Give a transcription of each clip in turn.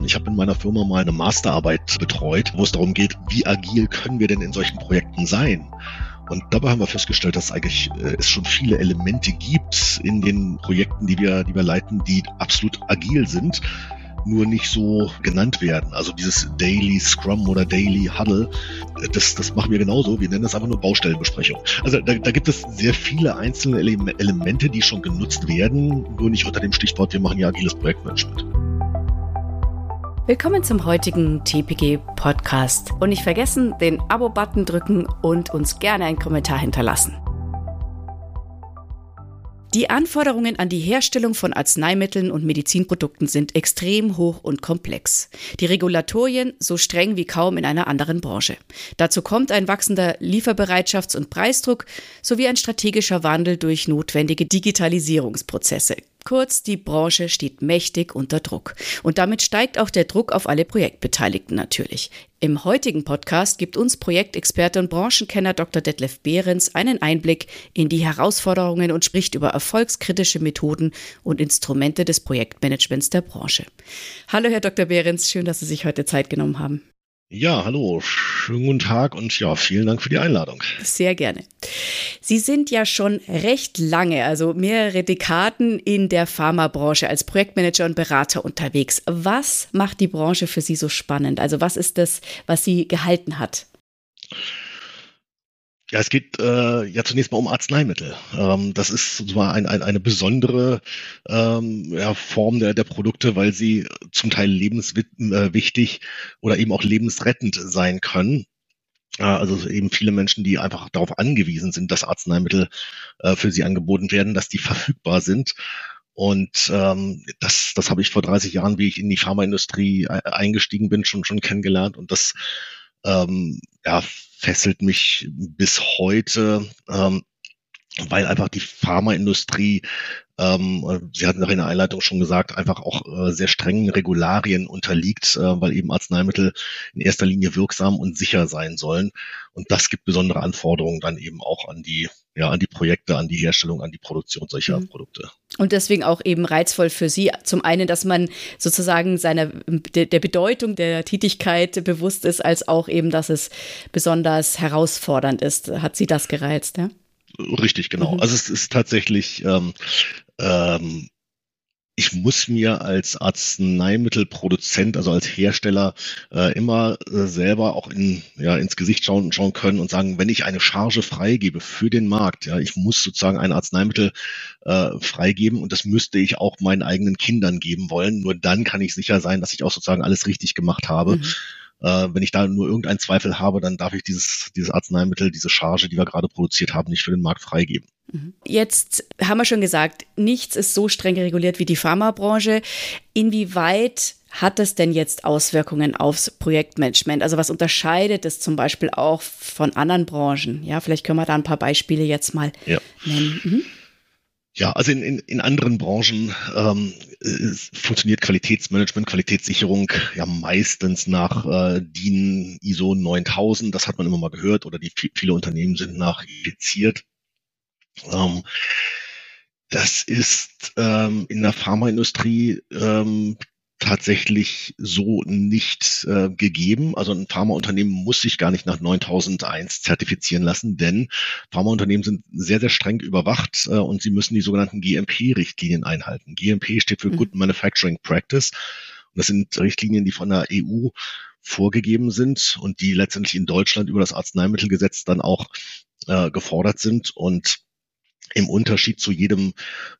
Ich habe in meiner Firma mal eine Masterarbeit betreut, wo es darum geht, wie agil können wir denn in solchen Projekten sein? Und dabei haben wir festgestellt, dass eigentlich es schon viele Elemente gibt in den Projekten, die wir leiten, die absolut agil sind, nur nicht so genannt werden. Also dieses Daily Scrum oder Daily Huddle, das machen wir genauso. Wir nennen das einfach nur Baustellenbesprechung. Also da gibt es sehr viele einzelne Elemente, die schon genutzt werden, nur nicht unter dem Stichwort, wir machen ja agiles Projektmanagement. Willkommen zum heutigen TPG Podcast. Und nicht vergessen, den Abo-Button drücken und uns gerne einen Kommentar hinterlassen. Die Anforderungen an die Herstellung von Arzneimitteln und Medizinprodukten sind extrem hoch und komplex. Die Regulatorien so streng wie kaum in einer anderen Branche. Dazu kommt ein wachsender Lieferbereitschafts- und Preisdruck sowie ein strategischer Wandel durch notwendige Digitalisierungsprozesse. Kurz, die Branche steht mächtig unter Druck. Und damit steigt auch der Druck auf alle Projektbeteiligten natürlich. Im heutigen Podcast gibt uns Projektexperte und Branchenkenner Dr. Detlef Behrens einen Einblick in die Herausforderungen und spricht über erfolgskritische Methoden und Instrumente des Projektmanagements der Branche. Hallo Herr Dr. Behrens, schön, dass Sie sich heute Zeit genommen haben. Ja, hallo, schönen guten Tag und ja, vielen Dank für die Einladung. Sehr gerne. Sie sind ja schon recht lange, also mehrere Dekaden in der Pharmabranche als Projektmanager und Berater unterwegs. Was macht die Branche für Sie so spannend? Also was ist das, was Sie gehalten hat? Ja, es geht ja zunächst mal um Arzneimittel. Das ist sozusagen eine besondere Form der Produkte, weil sie zum Teil lebenswichtig oder eben auch lebensrettend sein können. Also eben viele Menschen, die einfach darauf angewiesen sind, dass Arzneimittel für sie angeboten werden, dass die verfügbar sind. Und das habe ich vor 30 Jahren, wie ich in die Pharmaindustrie eingestiegen bin, schon kennengelernt. Und das fesselt mich bis heute, weil einfach die Pharmaindustrie, Sie hatten nach in der Einleitung schon gesagt, einfach auch sehr strengen Regularien unterliegt, weil eben Arzneimittel in erster Linie wirksam und sicher sein sollen. Und das gibt besondere Anforderungen dann eben auch an die Projekte, an die Herstellung, an die Produktion solcher Produkte. Und deswegen auch eben reizvoll für Sie, zum einen, dass man sozusagen der Bedeutung der Tätigkeit bewusst ist, als auch eben, dass es besonders herausfordernd ist. Hat Sie das gereizt, ja? Richtig, genau. Also es ist tatsächlich, ich muss mir als Arzneimittelproduzent, also als Hersteller, immer selber auch ins Gesicht schauen können und sagen, wenn ich eine Charge freigebe für den Markt, ja, ich muss sozusagen ein Arzneimittel freigeben und das müsste ich auch meinen eigenen Kindern geben wollen. Nur dann kann ich sicher sein, dass ich auch sozusagen alles richtig gemacht habe. Wenn ich da nur irgendeinen Zweifel habe, dann darf ich dieses Arzneimittel, diese Charge, die wir gerade produziert haben, nicht für den Markt freigeben. Jetzt haben wir schon gesagt, nichts ist so streng reguliert wie die Pharmabranche. Inwieweit hat das denn jetzt Auswirkungen aufs Projektmanagement? Also was unterscheidet es zum Beispiel auch von anderen Branchen? Ja, vielleicht können wir da ein paar Beispiele jetzt mal nennen. Ja, also in anderen Branchen funktioniert Qualitätsmanagement, Qualitätssicherung ja meistens nach DIN ISO 9000. Das hat man immer mal gehört, oder viele Unternehmen sind nachinfiziert. Das ist in der Pharmaindustrie tatsächlich so nicht gegeben. Also ein Pharmaunternehmen muss sich gar nicht nach 9001 zertifizieren lassen, denn Pharmaunternehmen sind sehr, sehr streng überwacht und sie müssen die sogenannten GMP-Richtlinien einhalten. GMP steht für Good Manufacturing Practice und das sind Richtlinien, die von der EU vorgegeben sind und die letztendlich in Deutschland über das Arzneimittelgesetz dann auch gefordert sind. Und im Unterschied zu jedem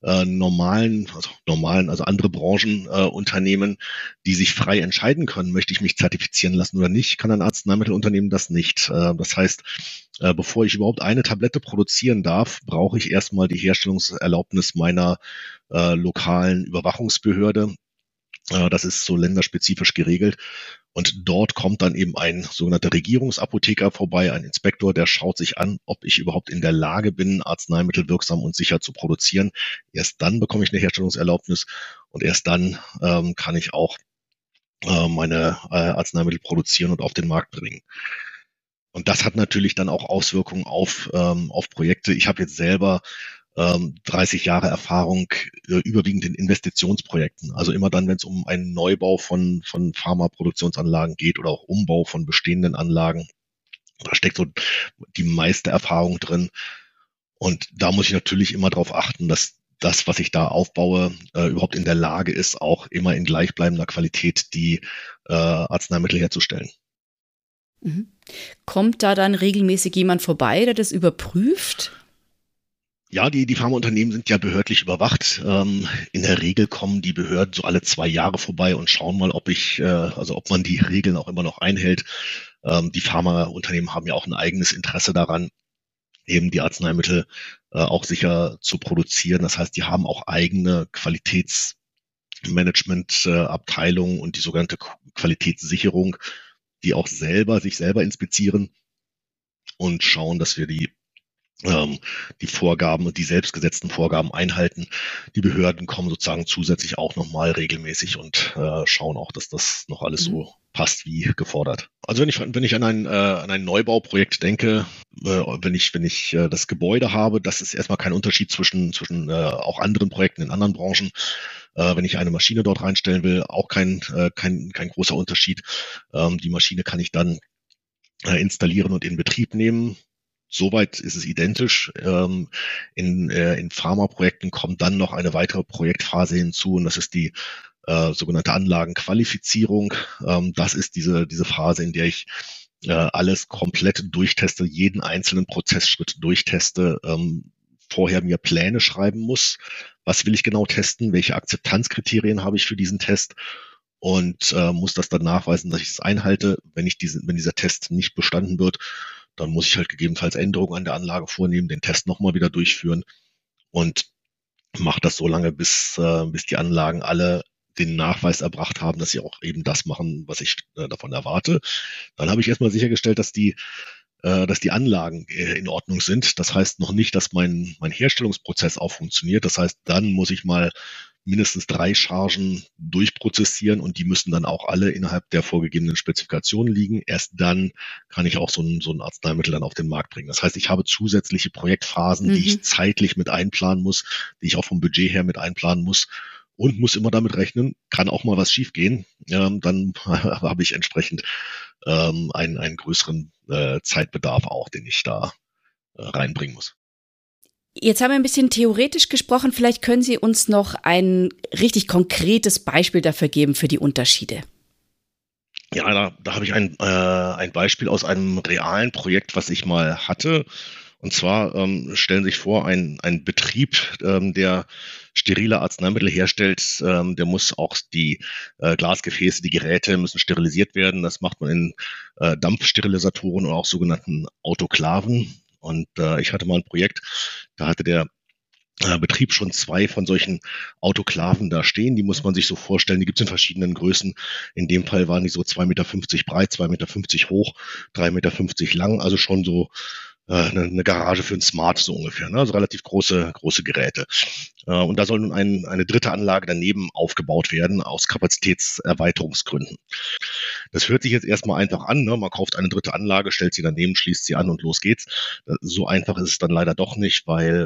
also andere Branchenunternehmen, die sich frei entscheiden können, möchte ich mich zertifizieren lassen oder nicht, kann ein Arzneimittelunternehmen das nicht. Das heißt, bevor ich überhaupt eine Tablette produzieren darf, brauche ich erstmal die Herstellungserlaubnis meiner lokalen Überwachungsbehörde. Das ist so länderspezifisch geregelt. Und dort kommt dann eben ein sogenannter Regierungsapotheker vorbei, ein Inspektor, der schaut sich an, ob ich überhaupt in der Lage bin, Arzneimittel wirksam und sicher zu produzieren. Erst dann bekomme ich eine Herstellungserlaubnis und erst dann kann ich auch meine Arzneimittel produzieren und auf den Markt bringen. Und das hat natürlich dann auch Auswirkungen auf Projekte. Ich habe jetzt selber 30 Jahre Erfahrung, überwiegend in Investitionsprojekten. Also immer dann, wenn es um einen Neubau von Pharmaproduktionsanlagen geht oder auch Umbau von bestehenden Anlagen. Da steckt so die meiste Erfahrung drin. Und da muss ich natürlich immer darauf achten, dass das, was ich da aufbaue, überhaupt in der Lage ist, auch immer in gleichbleibender Qualität die Arzneimittel herzustellen. Mhm. Kommt da dann regelmäßig jemand vorbei, der das überprüft? Ja, die Pharmaunternehmen sind ja behördlich überwacht. In der Regel kommen die Behörden so alle 2 Jahre vorbei und schauen mal, ob man die Regeln auch immer noch einhält. Die Pharmaunternehmen haben ja auch ein eigenes Interesse daran, eben die Arzneimittel auch sicher zu produzieren. Das heißt, die haben auch eigene Qualitätsmanagement-Abteilungen und die sogenannte Qualitätssicherung, die auch sich selber inspizieren und schauen, dass wir die Vorgaben und die selbstgesetzten Vorgaben einhalten. Die Behörden kommen sozusagen zusätzlich auch nochmal regelmäßig und schauen auch, dass das noch alles so passt wie gefordert. Also wenn ich an ein Neubauprojekt denke, wenn ich das Gebäude habe, das ist erstmal kein Unterschied zwischen auch anderen Projekten in anderen Branchen. Wenn ich eine Maschine dort reinstellen will, auch kein großer Unterschied. Die Maschine kann ich dann installieren und in Betrieb nehmen. Soweit ist es identisch. In Pharmaprojekten kommt dann noch eine weitere Projektphase hinzu und das ist die sogenannte Anlagenqualifizierung. Das ist diese Phase, in der ich alles komplett durchteste, jeden einzelnen Prozessschritt durchteste, vorher mir Pläne schreiben muss. Was will ich genau testen? Welche Akzeptanzkriterien habe ich für diesen Test? Und muss das dann nachweisen, dass ich es einhalte. Wenn dieser Test nicht bestanden wird, dann muss ich halt gegebenenfalls Änderungen an der Anlage vornehmen, den Test nochmal wieder durchführen und mache das so lange, bis die Anlagen alle den Nachweis erbracht haben, dass sie auch eben das machen, was ich davon erwarte. Dann habe ich erstmal sichergestellt, dass die Anlagen in Ordnung sind. Das heißt noch nicht, dass mein Herstellungsprozess auch funktioniert. Das heißt, dann muss ich mal mindestens 3 Chargen durchprozessieren und die müssen dann auch alle innerhalb der vorgegebenen Spezifikationen liegen. Erst dann kann ich auch so ein Arzneimittel dann auf den Markt bringen. Das heißt, ich habe zusätzliche Projektphasen, die ich zeitlich mit einplanen muss, die ich auch vom Budget her mit einplanen muss und muss immer damit rechnen, kann auch mal was schiefgehen. Dann habe ich entsprechend einen größeren Zeitbedarf auch, den ich da reinbringen muss. Jetzt haben wir ein bisschen theoretisch gesprochen. Vielleicht können Sie uns noch ein richtig konkretes Beispiel dafür geben für die Unterschiede. Ja, da habe ich ein Beispiel aus einem realen Projekt, was ich mal hatte. Und zwar stellen Sie sich vor, ein Betrieb, der sterile Arzneimittel herstellt, der muss auch die Glasgefäße, die Geräte müssen sterilisiert werden. Das macht man in Dampfsterilisatoren oder auch sogenannten Autoklaven. Und ich hatte mal ein Projekt, da hatte der Betrieb schon 2 von solchen Autoklaven da stehen. Die muss man sich so vorstellen, die gibt es in verschiedenen Größen. In dem Fall waren die so 2,50 Meter breit, 2,50 Meter hoch, 3,50 Meter lang, also schon so eine Garage für ein Smart so ungefähr, ne? Also relativ große Geräte. Und da soll nun eine dritte Anlage daneben aufgebaut werden aus Kapazitätserweiterungsgründen. Das hört sich jetzt erstmal einfach an, ne? Man kauft eine dritte Anlage, stellt sie daneben, schließt sie an und los geht's. So einfach ist es dann leider doch nicht, weil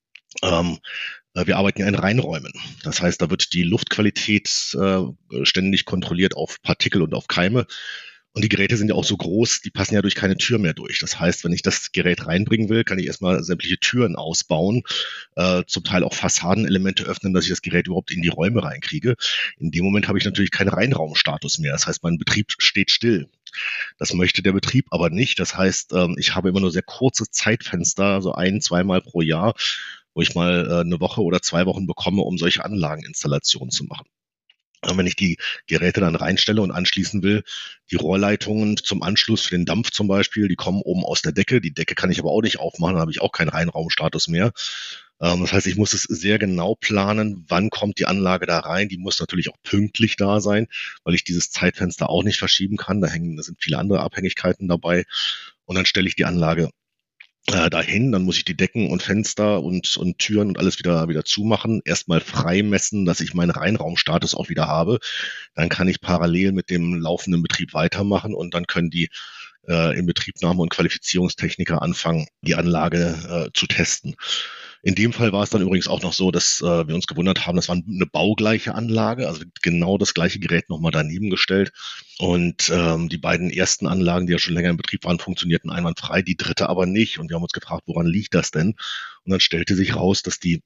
wir arbeiten ja in Reinräumen. Das heißt, da wird die Luftqualität ständig kontrolliert auf Partikel und auf Keime. Und die Geräte sind ja auch so groß, die passen ja durch keine Tür mehr durch. Das heißt, wenn ich das Gerät reinbringen will, kann ich erstmal sämtliche Türen ausbauen, zum Teil auch Fassadenelemente öffnen, dass ich das Gerät überhaupt in die Räume reinkriege. In dem Moment habe ich natürlich keinen Reinraumstatus mehr. Das heißt, mein Betrieb steht still. Das möchte der Betrieb aber nicht. Das heißt, ich habe immer nur sehr kurze Zeitfenster, so 1-2 Mal pro Jahr, wo ich mal eine Woche oder 2 Wochen bekomme, um solche Anlageninstallationen zu machen. Wenn ich die Geräte dann reinstelle und anschließen will, die Rohrleitungen zum Anschluss für den Dampf zum Beispiel, die kommen oben aus der Decke. Die Decke kann ich aber auch nicht aufmachen, da habe ich auch keinen Reinraumstatus mehr. Das heißt, ich muss es sehr genau planen, wann kommt die Anlage da rein. Die muss natürlich auch pünktlich da sein, weil ich dieses Zeitfenster auch nicht verschieben kann. Da sind viele andere Abhängigkeiten dabei. Und dann stelle ich die Anlage dahin, dann muss ich die Decken und Fenster und Türen und alles wieder zumachen. Erstmal freimessen, dass ich meinen Reinraumstatus auch wieder habe. Dann kann ich parallel mit dem laufenden Betrieb weitermachen und dann können die Inbetriebnahme- und Qualifizierungstechniker anfangen, die Anlage zu testen. In dem Fall war es dann übrigens auch noch so, dass wir uns gewundert haben, das war eine baugleiche Anlage, also genau das gleiche Gerät nochmal daneben gestellt. Und die beiden ersten Anlagen, die ja schon länger in Betrieb waren, funktionierten einwandfrei, die dritte aber nicht. Und wir haben uns gefragt, woran liegt das denn? Und dann stellte sich raus, dass die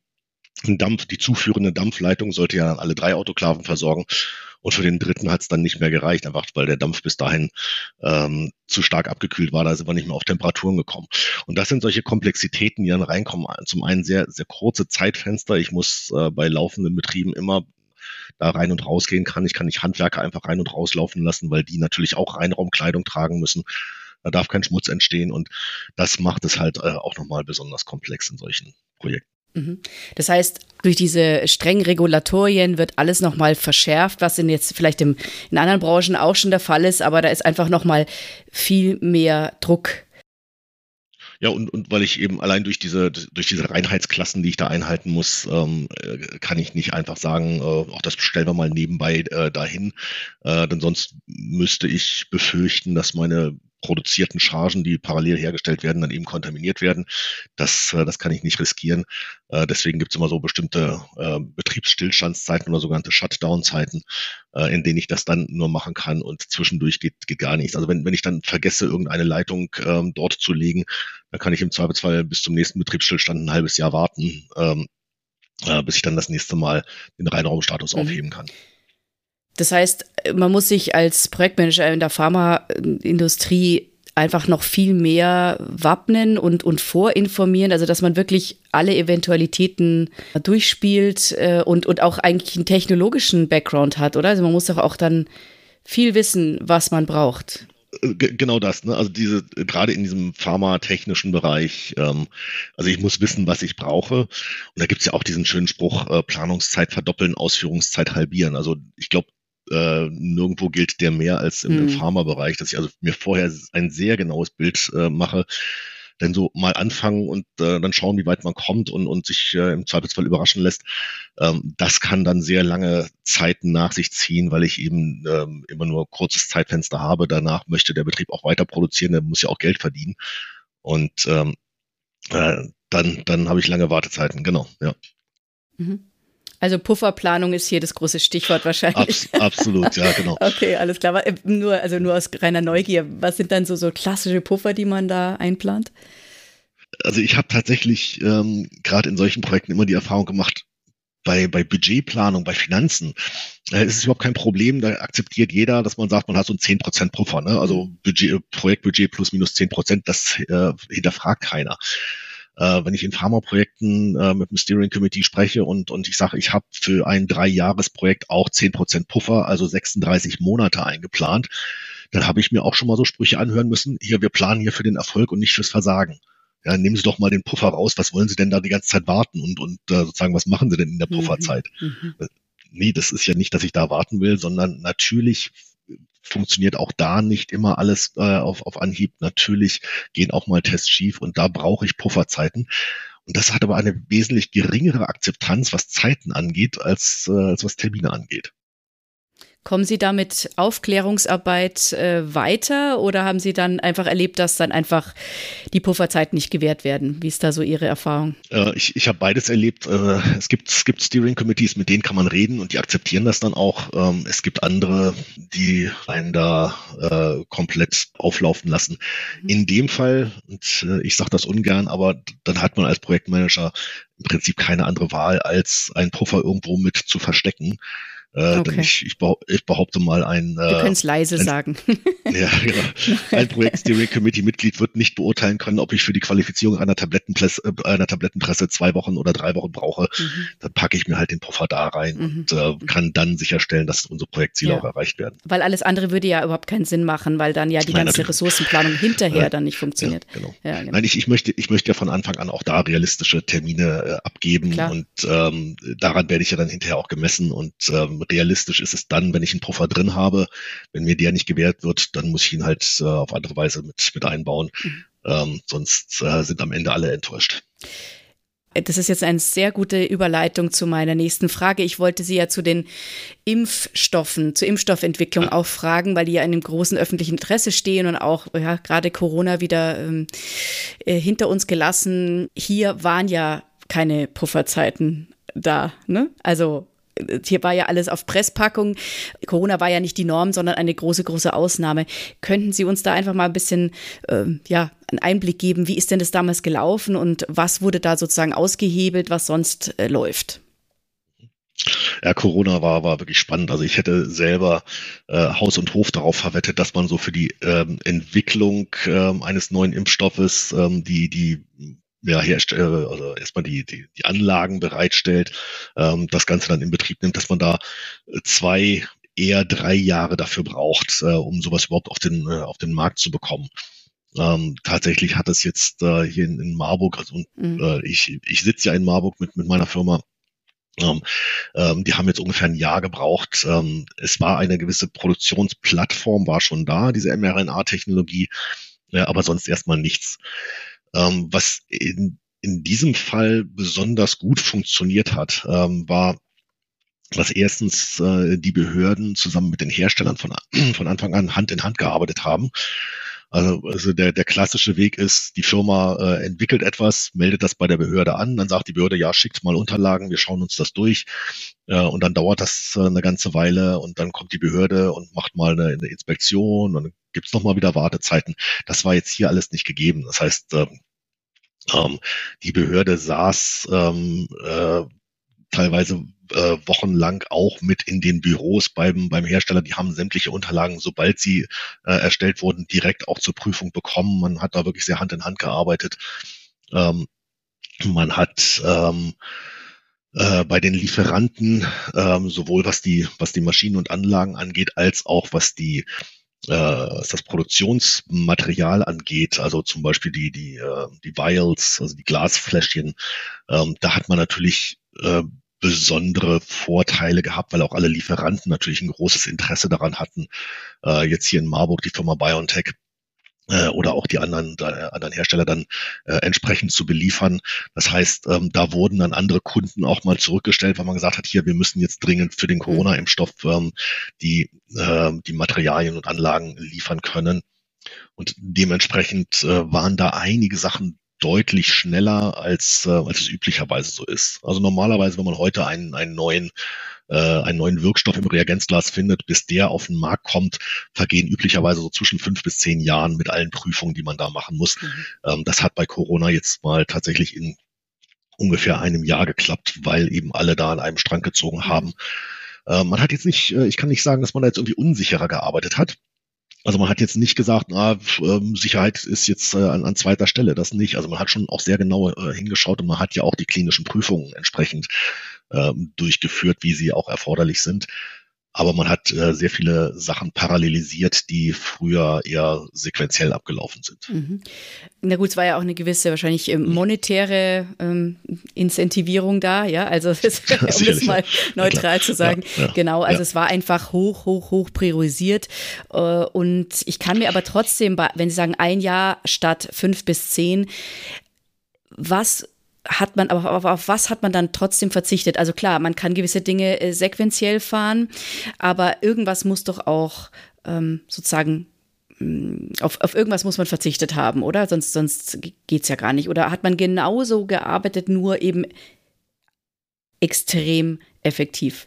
zuführende Dampfleitung sollte ja alle 3 Autoklaven versorgen. Und für den dritten hat es dann nicht mehr gereicht, einfach weil der Dampf bis dahin zu stark abgekühlt war. Da sind wir nicht mehr auf Temperaturen gekommen. Und das sind solche Komplexitäten, die dann reinkommen. Zum einen sehr, sehr kurze Zeitfenster. Ich muss bei laufenden Betrieben immer da rein und rausgehen kann. Ich kann nicht Handwerker einfach rein und rauslaufen lassen, weil die natürlich auch Reinraumkleidung tragen müssen. Da darf kein Schmutz entstehen. Und das macht es halt auch nochmal besonders komplex in solchen Projekten. Das heißt, durch diese strengen Regulatorien wird alles nochmal verschärft, was jetzt vielleicht in anderen Branchen auch schon der Fall ist, aber da ist einfach nochmal viel mehr Druck. Ja, und weil ich eben allein durch diese Reinheitsklassen, die ich da einhalten muss, kann ich nicht einfach sagen, auch das stellen wir mal nebenbei dahin. Denn sonst müsste ich befürchten, dass meine produzierten Chargen, die parallel hergestellt werden, dann eben kontaminiert werden. Das kann ich nicht riskieren. Deswegen gibt es immer so bestimmte Betriebsstillstandszeiten oder sogenannte Shutdown-Zeiten, in denen ich das dann nur machen kann und zwischendurch geht gar nichts. Also wenn ich dann vergesse, irgendeine Leitung dort zu legen, dann kann ich im Zweifelsfall bis zum nächsten Betriebsstillstand ein halbes Jahr warten, bis ich dann das nächste Mal den Reinraumstatus aufheben kann. Das heißt, man muss sich als Projektmanager in der Pharmaindustrie einfach noch viel mehr wappnen und vorinformieren, also dass man wirklich alle Eventualitäten durchspielt und auch eigentlich einen technologischen Background hat, oder? Also man muss doch auch dann viel wissen, was man braucht. Genau das, ne? Also gerade in diesem pharmatechnischen Bereich, also ich muss wissen, was ich brauche. Und da gibt's ja auch diesen schönen Spruch, Planungszeit verdoppeln, Ausführungszeit halbieren. Also ich glaube, nirgendwo gilt der mehr als im Pharmabereich, dass ich also mir vorher ein sehr genaues Bild mache, denn so mal anfangen und dann schauen, wie weit man kommt und sich im Zweifelsfall überraschen lässt, das kann dann sehr lange Zeiten nach sich ziehen, weil ich eben immer nur kurzes Zeitfenster habe. Danach möchte der Betrieb auch weiter produzieren, der muss ja auch Geld verdienen und dann habe ich lange Wartezeiten, genau, ja. Also Pufferplanung ist hier das große Stichwort wahrscheinlich. Absolut, ja, genau. Okay, alles klar. Nur aus reiner Neugier, was sind dann so klassische Puffer, die man da einplant? Also ich habe tatsächlich gerade in solchen Projekten immer die Erfahrung gemacht, bei Budgetplanung, bei Finanzen, ist es überhaupt kein Problem, da akzeptiert jeder, dass man sagt, man hat so einen 10% Puffer, ne? Also Projektbudget plus minus 10%, das hinterfragt keiner. Wenn ich in Pharmaprojekten mit dem Steering Committee spreche und ich sage, ich habe für ein 3-Jahres-Projekt auch 10% Puffer, also 36 Monate eingeplant, dann habe ich mir auch schon mal so Sprüche anhören müssen, hier, wir planen hier für den Erfolg und nicht fürs Versagen. Ja, nehmen Sie doch mal den Puffer raus, was wollen Sie denn da die ganze Zeit warten und sozusagen, was machen Sie denn in der Pufferzeit? Nee, das ist ja nicht, dass ich da warten will, sondern natürlich funktioniert auch da nicht immer alles auf Anhieb. Natürlich gehen auch mal Tests schief und da brauche ich Pufferzeiten. Und das hat aber eine wesentlich geringere Akzeptanz, was Zeiten angeht, als was Termine angeht. Kommen Sie da mit Aufklärungsarbeit weiter oder haben Sie dann einfach erlebt, dass dann einfach die Pufferzeiten nicht gewährt werden? Wie ist da so Ihre Erfahrung? Ich habe beides erlebt. Es gibt Steering Committees, mit denen kann man reden und die akzeptieren das dann auch. Es gibt andere, die einen da komplett auflaufen lassen. In dem Fall, und ich sage das ungern, aber dann hat man als Projektmanager im Prinzip keine andere Wahl, als einen Puffer irgendwo mit zu verstecken. Okay. Denn ich behaupte mal, wir können es leise sagen. Ja, genau. Ein Projekt-Steering-Committee-Mitglied wird nicht beurteilen können, ob ich für die Qualifizierung einer Tablettenpresse 2 Wochen oder 3 Wochen brauche. Dann packe ich mir halt den Puffer da rein und kann dann sicherstellen, dass unsere Projektziele auch erreicht werden. Weil alles andere würde ja überhaupt keinen Sinn machen, weil dann ja die ganze Ressourcenplanung hinterher dann nicht funktioniert. Ja, genau. Ja, genau. Nein, ich möchte ja von Anfang an auch da realistische Termine abgeben. Klar. Und daran werde ich ja dann hinterher auch gemessen und realistisch ist es dann, wenn ich einen Puffer drin habe. Wenn mir der nicht gewährt wird, dann muss ich ihn halt auf andere Weise mit einbauen. Sonst sind am Ende alle enttäuscht. Das ist jetzt eine sehr gute Überleitung zu meiner nächsten Frage. Ich wollte Sie ja zu den Impfstoffen, zur Impfstoffentwicklung auch fragen, weil die ja in einem großen öffentlichen Interesse stehen und auch gerade Corona wieder hinter uns gelassen. Hier waren ja keine Pufferzeiten da, ne? Also hier war ja alles auf Presspackung. Corona war ja nicht die Norm, sondern eine große, große Ausnahme. Könnten Sie uns da einfach mal ein bisschen einen Einblick geben? Wie ist denn das damals gelaufen und was wurde da sozusagen ausgehebelt, was sonst läuft? Ja, Corona war wirklich spannend. Also ich hätte selber Haus und Hof darauf verwettet, dass man so für die Entwicklung eines neuen Impfstoffes also erstmal die Anlagen bereitstellt, das Ganze dann in Betrieb nimmt, dass man da 2, eher 3 Jahre dafür braucht, um sowas überhaupt auf den Markt zu bekommen. Tatsächlich hat es jetzt hier in Marburg, also ich sitze ja in Marburg mit meiner Firma. Die haben jetzt ungefähr ein Jahr gebraucht. Es war eine gewisse Produktionsplattform, war schon da, diese mRNA-Technologie, aber sonst erstmal nichts. Was in diesem Fall besonders gut funktioniert hat, war, dass erstens die Behörden zusammen mit den Herstellern von Anfang an Hand in Hand gearbeitet haben. Also der klassische Weg ist, die Firma entwickelt etwas, meldet das bei der Behörde an, dann sagt die Behörde, ja, schickt mal Unterlagen, wir schauen uns das durch, und dann dauert das eine ganze Weile und dann kommt die Behörde und macht mal eine Inspektion und dann gibt's nochmal wieder Wartezeiten. Das war jetzt hier alles nicht gegeben. Das heißt, die Behörde saß teilweise wochenlang auch mit in den Büros beim Hersteller. Die haben sämtliche Unterlagen, sobald sie erstellt wurden, direkt auch zur Prüfung bekommen. Man hat da wirklich sehr Hand in Hand gearbeitet. Man hat bei den Lieferanten sowohl was die Maschinen und Anlagen angeht, als auch was das Produktionsmaterial angeht, also zum Beispiel die Vials, also die Glasfläschchen, da hat man natürlich besondere Vorteile gehabt, weil auch alle Lieferanten natürlich ein großes Interesse daran hatten, jetzt hier in Marburg die Firma BioNTech oder auch die anderen Hersteller dann entsprechend zu beliefern. Das heißt, da wurden dann andere Kunden auch mal zurückgestellt, weil man gesagt hat, hier, wir müssen jetzt dringend für den Corona-Impfstoff die Materialien und Anlagen liefern können. Und dementsprechend waren da einige Sachen deutlich schneller, als es üblicherweise so ist. Also normalerweise, wenn man heute einen neuen Wirkstoff im Reagenzglas findet, bis der auf den Markt kommt, vergehen üblicherweise so zwischen 5 bis 10 Jahren mit allen Prüfungen, die man da machen muss. Das hat bei Corona jetzt mal tatsächlich in ungefähr einem Jahr geklappt, weil eben alle da an einem Strang gezogen haben. Man hat jetzt nicht, ich kann nicht sagen, dass man da jetzt irgendwie unsicherer gearbeitet hat. Also man hat jetzt nicht gesagt, Sicherheit ist jetzt an zweiter Stelle, das nicht. Also man hat schon auch sehr genau hingeschaut und man hat ja auch die klinischen Prüfungen entsprechend durchgeführt, wie sie auch erforderlich sind. Aber man hat sehr viele Sachen parallelisiert, die früher eher sequenziell abgelaufen sind. Mhm. Na gut, es war ja auch eine gewisse, wahrscheinlich monetäre Incentivierung da, ja, also um das mal neutral zu sagen. Ja, genau, also es war einfach hoch priorisiert. Und ich kann mir aber trotzdem, wenn Sie sagen 1 Jahr statt 5 bis 10, auf was hat man dann trotzdem verzichtet? Also klar, man kann gewisse Dinge sequenziell fahren, aber irgendwas muss doch auch sozusagen, auf irgendwas muss man verzichtet haben, oder? Sonst geht's ja gar nicht. Oder hat man genauso gearbeitet, nur eben extrem effektiv?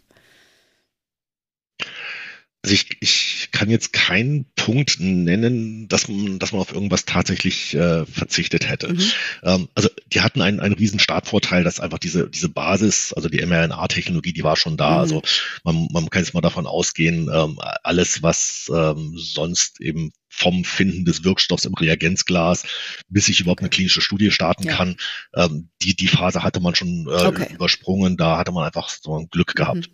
Also ich kann jetzt keinen Punkt nennen, dass man auf irgendwas tatsächlich verzichtet hätte. Also die hatten einen riesen Startvorteil, dass einfach diese Basis, also die mRNA-Technologie, die war schon da. Also man kann jetzt mal davon ausgehen, alles, was sonst eben vom Finden des Wirkstoffs im Reagenzglas, bis ich überhaupt eine klinische Studie starten kann, die Phase hatte man schon übersprungen. Da hatte man einfach so ein Glück gehabt.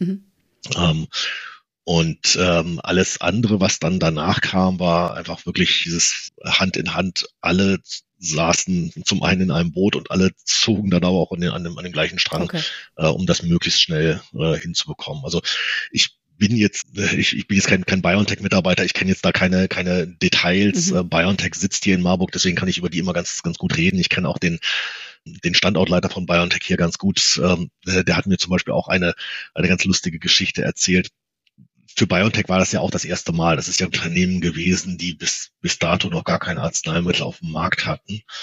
Und alles andere, was dann danach kam, war einfach wirklich dieses Hand in Hand. Alle saßen zum einen in einem Boot und alle zogen dann aber auch an dem gleichen Strang, um das möglichst schnell hinzubekommen. Also ich bin jetzt kein BioNTech-Mitarbeiter, ich kenne jetzt da keine Details. BioNTech sitzt hier in Marburg, deswegen kann ich über die immer ganz gut reden. Ich kenne auch den Standortleiter von BioNTech hier ganz gut. Der hat mir zum Beispiel auch eine ganz lustige Geschichte erzählt. Für BioNTech war das ja auch das erste Mal. Das ist ja ein Unternehmen gewesen, die bis dato noch gar kein Arzneimittel auf dem Markt hatten.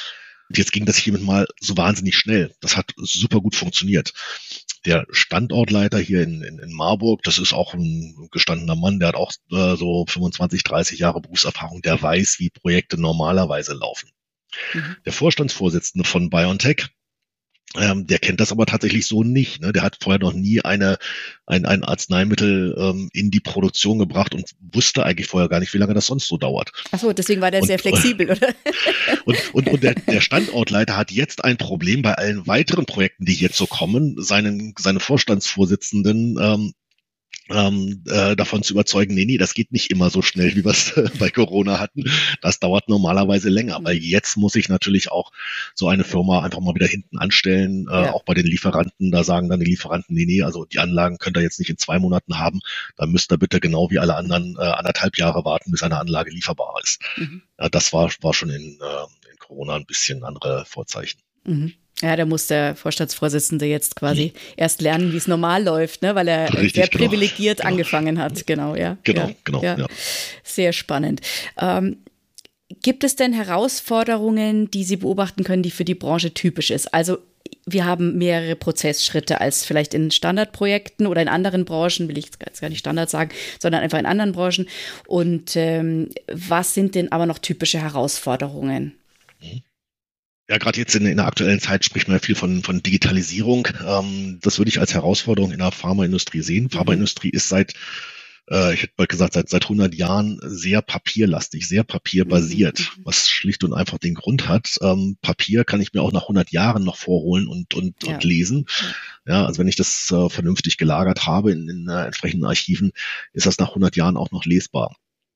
Und jetzt ging das hiermit mal so wahnsinnig schnell. Das hat super gut funktioniert. Der Standortleiter hier in Marburg, das ist auch ein gestandener Mann, der hat auch so 25, 30 Jahre Berufserfahrung, der weiß, wie Projekte normalerweise laufen. Der Vorstandsvorsitzende von BioNTech, der kennt das aber tatsächlich so nicht. Ne? Der hat vorher noch nie ein Arzneimittel in die Produktion gebracht und wusste eigentlich vorher gar nicht, wie lange das sonst so dauert. Ach so, deswegen war der sehr flexibel, oder? Und der Standortleiter hat jetzt ein Problem bei allen weiteren Projekten, die jetzt so kommen, seine Vorstandsvorsitzenden davon zu überzeugen, nee, das geht nicht immer so schnell, wie wir es bei Corona hatten. Das dauert normalerweise länger, weil jetzt muss ich natürlich auch so eine Firma einfach mal wieder hinten anstellen, auch bei den Lieferanten. Da sagen dann die Lieferanten, nee, also die Anlagen könnt ihr jetzt nicht in 2 Monaten haben. Da müsst ihr bitte genau wie alle anderen 1,5 Jahre warten, bis eine Anlage lieferbar ist. Ja, das war schon in Corona ein bisschen andere Vorzeichen. Ja, da muss der Vorstandsvorsitzende jetzt quasi erst lernen, wie es normal läuft, ne, weil er Richtig, sehr privilegiert angefangen hat. Genau, ja. Genau. Sehr spannend. Gibt es denn Herausforderungen, die Sie beobachten können, die für die Branche typisch ist? Also wir haben mehrere Prozessschritte als vielleicht in Standardprojekten oder in anderen Branchen, will ich jetzt gar nicht Standard sagen, sondern einfach in anderen Branchen. Und was sind denn aber noch typische Herausforderungen? Ja, gerade jetzt in der aktuellen Zeit spricht man ja viel von Digitalisierung. Das würde ich als Herausforderung in der Pharmaindustrie sehen. Pharmaindustrie ist ich hätte bald gesagt, seit 100 Jahren sehr papierlastig, sehr papierbasiert, was schlicht und einfach den Grund hat. Papier kann ich mir auch nach 100 Jahren noch vorholen und lesen. Ja, also wenn ich das vernünftig gelagert habe in entsprechenden Archiven, ist das nach 100 Jahren auch noch lesbar.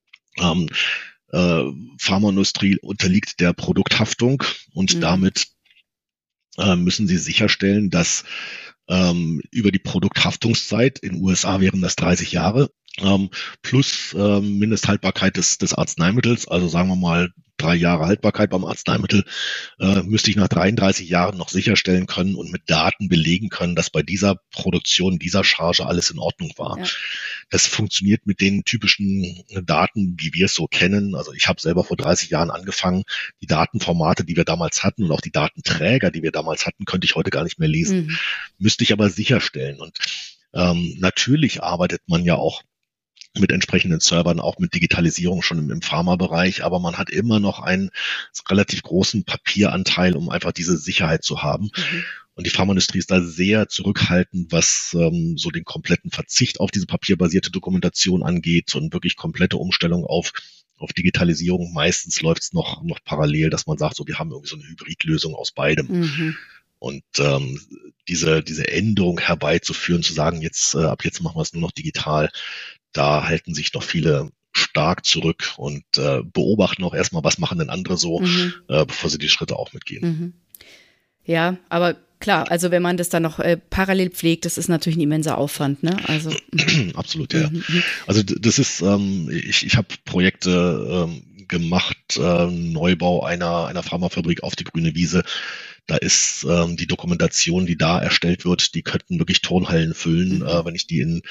Pharmaindustrie unterliegt der Produkthaftung und damit müssen sie sicherstellen, dass über die Produkthaftungszeit, in den USA wären das 30 Jahre, plus Mindesthaltbarkeit des Arzneimittels, also sagen wir mal 3 Jahre Haltbarkeit beim Arzneimittel, müsste ich nach 33 Jahren noch sicherstellen können und mit Daten belegen können, dass bei dieser Produktion, dieser Charge alles in Ordnung war. Ja. Das funktioniert mit den typischen Daten, wie wir es so kennen. Also ich habe selber vor 30 Jahren angefangen, die Datenformate, die wir damals hatten und auch die Datenträger, die wir damals hatten, könnte ich heute gar nicht mehr lesen. Müsste ich aber sicherstellen. Und natürlich arbeitet man ja auch mit entsprechenden Servern, auch mit Digitalisierung schon im Pharmabereich, aber man hat immer noch einen relativ großen Papieranteil, um einfach diese Sicherheit zu haben. Und die Pharmaindustrie ist da sehr zurückhaltend, was so den kompletten Verzicht auf diese papierbasierte Dokumentation angeht und wirklich komplette Umstellung auf Digitalisierung. Meistens läuft es noch parallel, dass man sagt, so wir haben irgendwie so eine Hybridlösung aus beidem. Und diese Änderung herbeizuführen, zu sagen, ab jetzt machen wir es nur noch digital, da halten sich noch viele stark zurück und beobachten auch erstmal, was machen denn andere so, bevor sie die Schritte auch mitgehen. Ja, aber klar, also wenn man das dann noch parallel pflegt, das ist natürlich ein immenser Aufwand, ne? Also absolut, ja. Also das ist, ich habe Projekte gemacht, Neubau einer Pharmafabrik auf die grüne Wiese. Da ist die Dokumentation, die da erstellt wird, die könnten wirklich Turnhallen füllen, wenn ich die in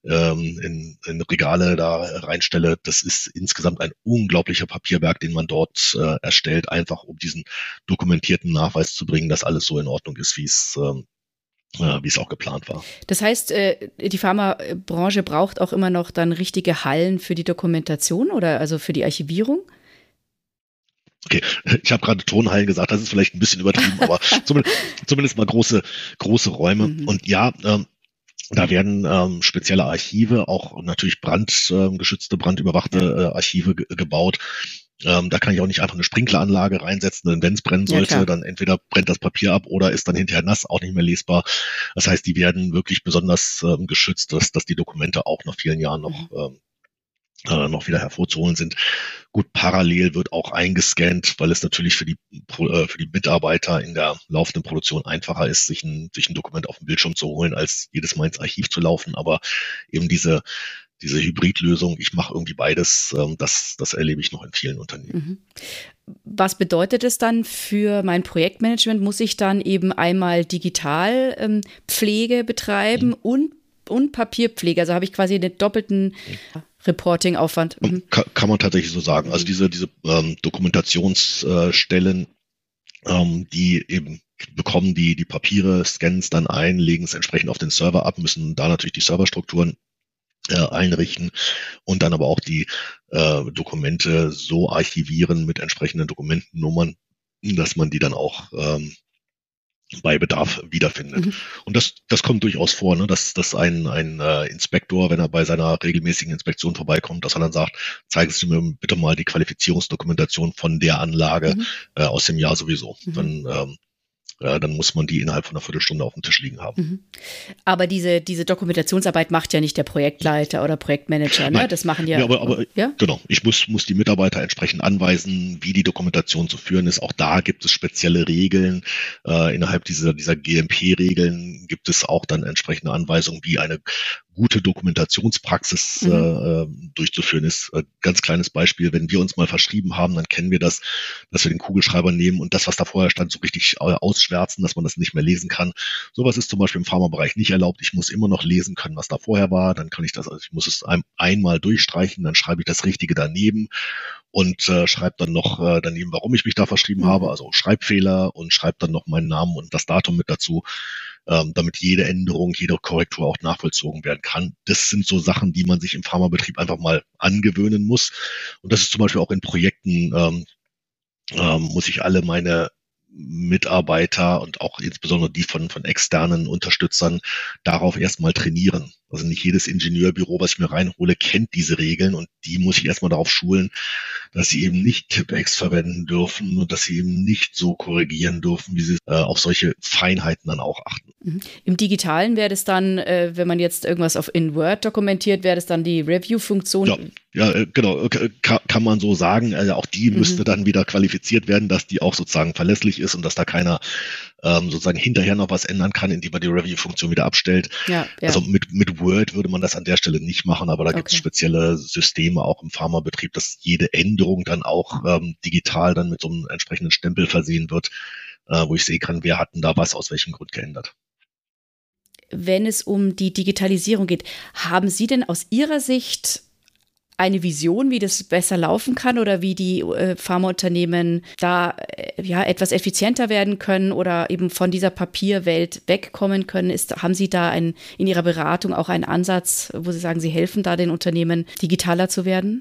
Regale da reinstelle. Das ist insgesamt ein unglaublicher Papierberg, den man dort erstellt, einfach um diesen dokumentierten Nachweis zu bringen, dass alles so in Ordnung ist, wie es auch geplant war. Das heißt, die Pharmabranche braucht auch immer noch dann richtige Hallen für die Dokumentation oder also für die Archivierung? Okay, ich habe gerade Turnhallen gesagt, das ist vielleicht ein bisschen übertrieben, aber zumindest mal große Räume. Und ja, da werden spezielle Archive, auch natürlich geschützte, brandüberwachte Archive gebaut. Da kann ich auch nicht einfach eine Sprinkleranlage reinsetzen, denn wenn es brennen sollte, dann entweder brennt das Papier ab oder ist dann hinterher nass, auch nicht mehr lesbar. Das heißt, die werden wirklich besonders geschützt, dass die Dokumente auch nach vielen Jahren noch wieder hervorzuholen sind. Gut, parallel wird auch eingescannt, weil es natürlich für die Mitarbeiter in der laufenden Produktion einfacher ist, sich ein Dokument auf dem Bildschirm zu holen, als jedes Mal ins Archiv zu laufen. Aber eben diese Hybridlösung, ich mache irgendwie beides, das erlebe ich noch in vielen Unternehmen. Was bedeutet es dann für mein Projektmanagement? Muss ich dann eben einmal digital Pflege betreiben und Papierpflege? Also habe ich quasi den doppelten Reporting-Aufwand. Kann man tatsächlich so sagen. Also diese Dokumentationsstellen die eben bekommen die Papiere, scannen es dann ein, legen es entsprechend auf den Server ab, müssen da natürlich die Serverstrukturen einrichten und dann aber auch die Dokumente so archivieren mit entsprechenden Dokumentennummern, dass man die dann auch bei Bedarf wiederfindet. Und das kommt durchaus vor, ne, dass ein Inspektor, wenn er bei seiner regelmäßigen Inspektion vorbeikommt, dass er dann sagt, zeigen Sie mir bitte mal die Qualifizierungsdokumentation von der Anlage aus dem Jahr sowieso. Dann muss man die innerhalb von einer Viertelstunde auf dem Tisch liegen haben. Aber diese Dokumentationsarbeit macht ja nicht der Projektleiter oder Projektmanager, ne? Nein. Das machen ja. Aber ja? Genau. Ich muss die Mitarbeiter entsprechend anweisen, wie die Dokumentation zu führen ist. Auch da gibt es spezielle Regeln. Innerhalb dieser GMP-Regeln gibt es auch dann entsprechende Anweisungen, wie eine gute Dokumentationspraxis durchzuführen ist. Ganz kleines Beispiel, wenn wir uns mal verschrieben haben, dann kennen wir das, dass wir den Kugelschreiber nehmen und das, was da vorher stand, so richtig ausschwärzen, dass man das nicht mehr lesen kann. Sowas ist zum Beispiel im Pharmabereich nicht erlaubt. Ich muss immer noch lesen können, was da vorher war. Dann kann ich das, also ich muss es einmal durchstreichen, dann schreibe ich das Richtige daneben und schreibe dann noch daneben, warum ich mich da verschrieben habe, also Schreibfehler, und schreibe dann noch meinen Namen und das Datum mit dazu, damit jede Änderung, jede Korrektur auch nachvollzogen werden kann. Das sind so Sachen, die man sich im Pharmabetrieb einfach mal angewöhnen muss. Und das ist zum Beispiel auch in Projekten, muss ich alle meine Mitarbeiter und auch insbesondere die von externen Unterstützern darauf erstmal trainieren. Also nicht jedes Ingenieurbüro, was ich mir reinhole, kennt diese Regeln, und die muss ich erstmal darauf schulen, dass sie eben nicht Tipp-Ex verwenden dürfen und dass sie eben nicht so korrigieren dürfen, wie sie auf solche Feinheiten dann auch achten. Im Digitalen wäre das dann, wenn man jetzt irgendwas in Word dokumentiert, wäre das dann die Review-Funktion? Ja, genau, kann man so sagen. Also auch die müsste dann wieder qualifiziert werden, dass die auch sozusagen verlässlich ist und dass da keiner sozusagen hinterher noch was ändern kann, indem man die Review-Funktion wieder abstellt. Ja. Also mit Word würde man das an der Stelle nicht machen, aber da gibt es spezielle Systeme auch im Pharmabetrieb, dass jede Änderung dann auch digital dann mit so einem entsprechenden Stempel versehen wird, wo ich sehen kann, wer hat denn da was aus welchem Grund geändert. Wenn es um die Digitalisierung geht, haben Sie denn aus Ihrer Sicht eine Vision, wie das besser laufen kann oder wie die Pharmaunternehmen da etwas effizienter werden können oder eben von dieser Papierwelt wegkommen können? Haben Sie da in Ihrer Beratung auch einen Ansatz, wo Sie sagen, Sie helfen da den Unternehmen, digitaler zu werden?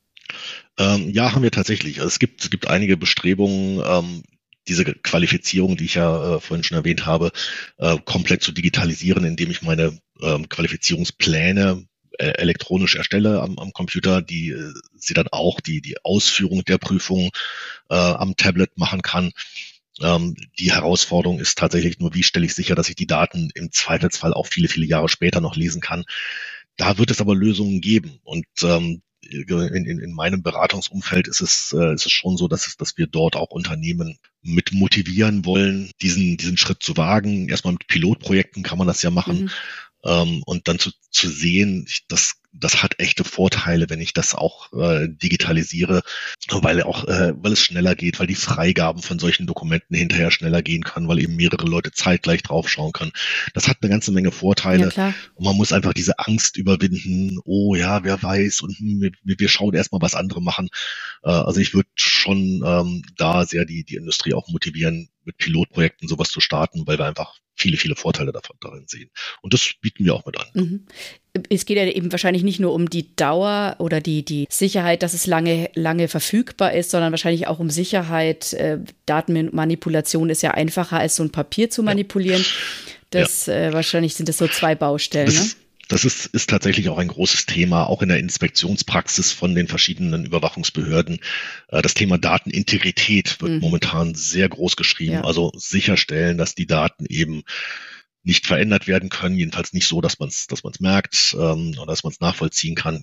Ja, haben wir tatsächlich. Also es gibt einige Bestrebungen, diese Qualifizierung, die ich ja vorhin schon erwähnt habe, komplett zu digitalisieren, indem ich meine Qualifizierungspläne elektronisch erstelle am Computer, die sie dann auch die Ausführung der Prüfung am Tablet machen kann. Die Herausforderung ist tatsächlich nur, wie stelle ich sicher, dass ich die Daten im Zweifelsfall auch viele, viele Jahre später noch lesen kann. Da wird es aber Lösungen geben, und in meinem Beratungsumfeld ist es schon so, dass wir dort auch Unternehmen mit motivieren wollen, diesen Schritt zu wagen. Erstmal mit Pilotprojekten kann man das ja machen. Und dann zu sehen, das hat echte Vorteile, wenn ich das auch digitalisiere, weil es schneller geht, weil die Freigaben von solchen Dokumenten hinterher schneller gehen können, weil eben mehrere Leute zeitgleich draufschauen können. Das hat eine ganze Menge Vorteile. Ja, und man muss einfach diese Angst überwinden. Oh ja, wer weiß, und wir schauen erstmal, was andere machen. Also ich würde schon da sehr die Industrie auch motivieren, mit Pilotprojekten sowas zu starten, weil wir einfach viele, viele Vorteile darin sehen. Und das bieten wir auch mit an. Es geht ja eben wahrscheinlich nicht nur um die Dauer oder die Sicherheit, dass es lange verfügbar ist, sondern wahrscheinlich auch um Sicherheit. Datenmanipulation ist ja einfacher, als so ein Papier zu manipulieren. Wahrscheinlich sind das so zwei Baustellen, ne? Das ist tatsächlich auch ein großes Thema, auch in der Inspektionspraxis von den verschiedenen Überwachungsbehörden. Das Thema Datenintegrität wird momentan sehr groß geschrieben. Ja. Also sicherstellen, dass die Daten eben nicht verändert werden können, jedenfalls nicht so, dass man es merkt oder dass man es nachvollziehen kann.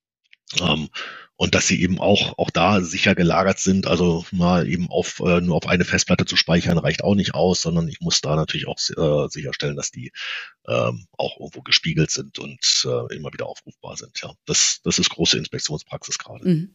Und dass sie eben auch da sicher gelagert sind. Also mal eben nur auf eine Festplatte zu speichern reicht auch nicht aus, sondern ich muss da natürlich auch sicherstellen, dass die auch irgendwo gespiegelt sind und immer wieder aufrufbar sind. Ja, das ist große Inspektionspraxis gerade.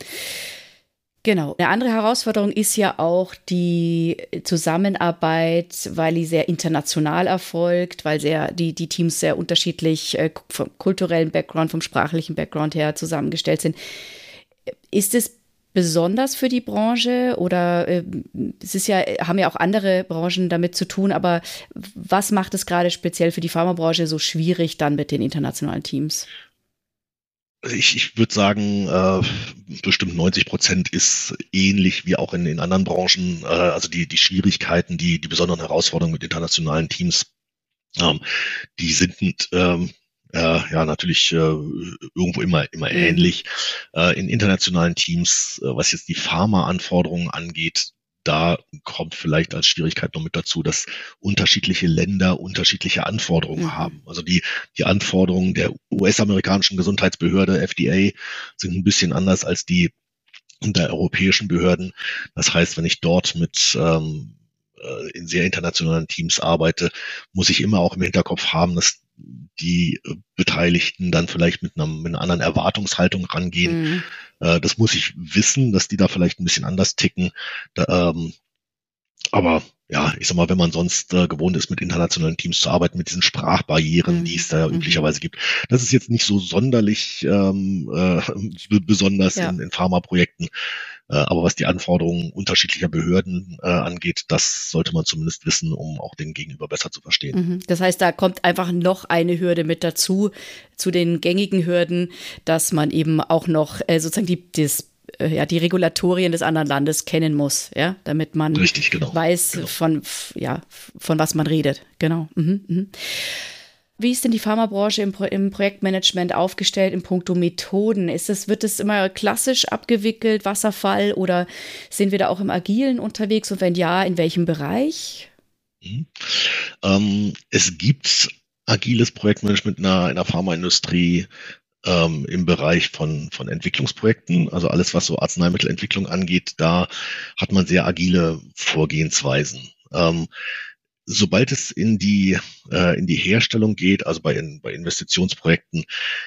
Genau. Eine andere Herausforderung ist ja auch die Zusammenarbeit, weil die sehr international erfolgt, weil die Teams sehr unterschiedlich vom kulturellen Background, vom sprachlichen Background her zusammengestellt sind. besonders für die Branche oder es ist ja, haben ja auch andere Branchen damit zu tun, aber was macht es gerade speziell für die Pharmabranche so schwierig dann mit den internationalen Teams? Ich würde sagen, bestimmt 90% ist ähnlich wie auch in anderen Branchen. Also die Schwierigkeiten, die besonderen Herausforderungen mit internationalen Teams, ähm, die sind ja natürlich irgendwo immer ähnlich. In internationalen Teams, was jetzt die Pharmaanforderungen angeht, da kommt vielleicht als Schwierigkeit noch mit dazu, dass unterschiedliche Länder unterschiedliche Anforderungen haben. Also die Anforderungen der US-amerikanischen Gesundheitsbehörde FDA sind ein bisschen anders als die der europäischen Behörden. Das heißt, wenn ich dort mit in sehr internationalen Teams arbeite, muss ich immer auch im Hinterkopf haben, dass die Beteiligten dann vielleicht mit einer anderen Erwartungshaltung rangehen. Das muss ich wissen, dass die da vielleicht ein bisschen anders ticken. Aber ja, ich sag mal, wenn man sonst gewohnt ist, mit internationalen Teams zu arbeiten, mit diesen Sprachbarrieren, die es da üblicherweise gibt, das ist jetzt nicht so sonderlich besonders in Pharmaprojekten. Aber was die Anforderungen unterschiedlicher Behörden angeht, das sollte man zumindest wissen, um auch den Gegenüber besser zu verstehen. Das heißt, da kommt einfach noch eine Hürde mit dazu, zu den gängigen Hürden, dass man eben auch noch sozusagen die Regulatorien des anderen Landes kennen muss, ja, damit man weiß, von was man redet. Genau. Wie ist denn die Pharmabranche im Projektmanagement aufgestellt in puncto Methoden? Wird es immer klassisch abgewickelt, Wasserfall, oder sind wir da auch im Agilen unterwegs? Und wenn ja, in welchem Bereich? Es gibt agiles Projektmanagement in der Pharmaindustrie im Bereich von Entwicklungsprojekten, also alles, was so Arzneimittelentwicklung angeht, da hat man sehr agile Vorgehensweisen. Sobald es in die Herstellung geht, also bei Investitionsprojekten,